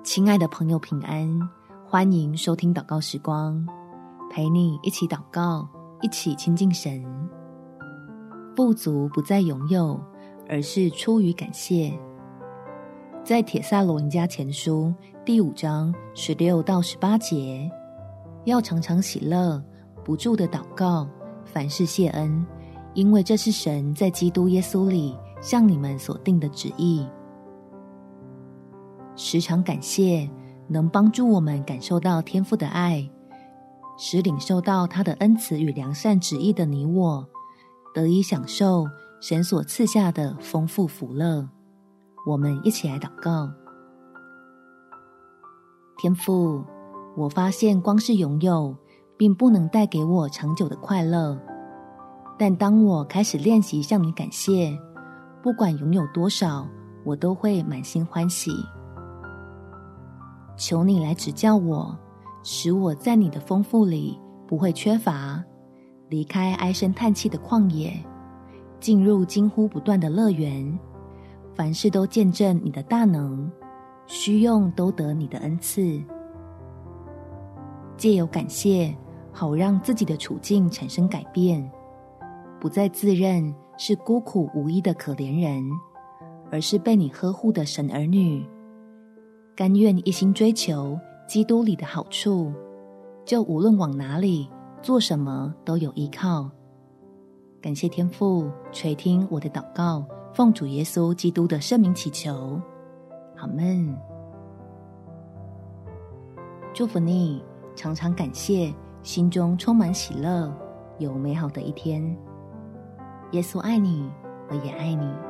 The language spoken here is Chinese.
亲爱的朋友平安，欢迎收听祷告时光，陪你一起祷告，一起亲近神。富足不再拥有，而是出于感谢。在帖撒罗尼迦前书第5章16到18节，要常常喜乐，不住的祷告，凡事谢恩，因为这是神在基督耶稣里向你们所定的旨意。时常感谢，能帮助我们感受到天父的爱，使领受到他的恩慈与良善旨意的你我，得以享受神所赐下的丰富福乐。我们一起来祷告。天父，我发现光是拥有并不能带给我长久的快乐，但当我开始练习向你感谢，不管拥有多少，我都会满心欢喜。求你来指教我，使我在你的丰富里不会缺乏，离开唉声叹气的旷野，进入惊呼不断的乐园，凡事都见证你的大能，需用都得你的恩赐。藉由感谢，好让自己的处境产生改变，不再自认是孤苦无依的可怜人，而是被你呵护的神儿女，甘愿一心追求基督里的好处，就无论往哪里做什么都有依靠。感谢天父垂听我的祷告，奉主耶稣基督的圣名祈求，阿们。祝福你常常感谢，心中充满喜乐，有美好的一天。耶稣爱你，我也爱你。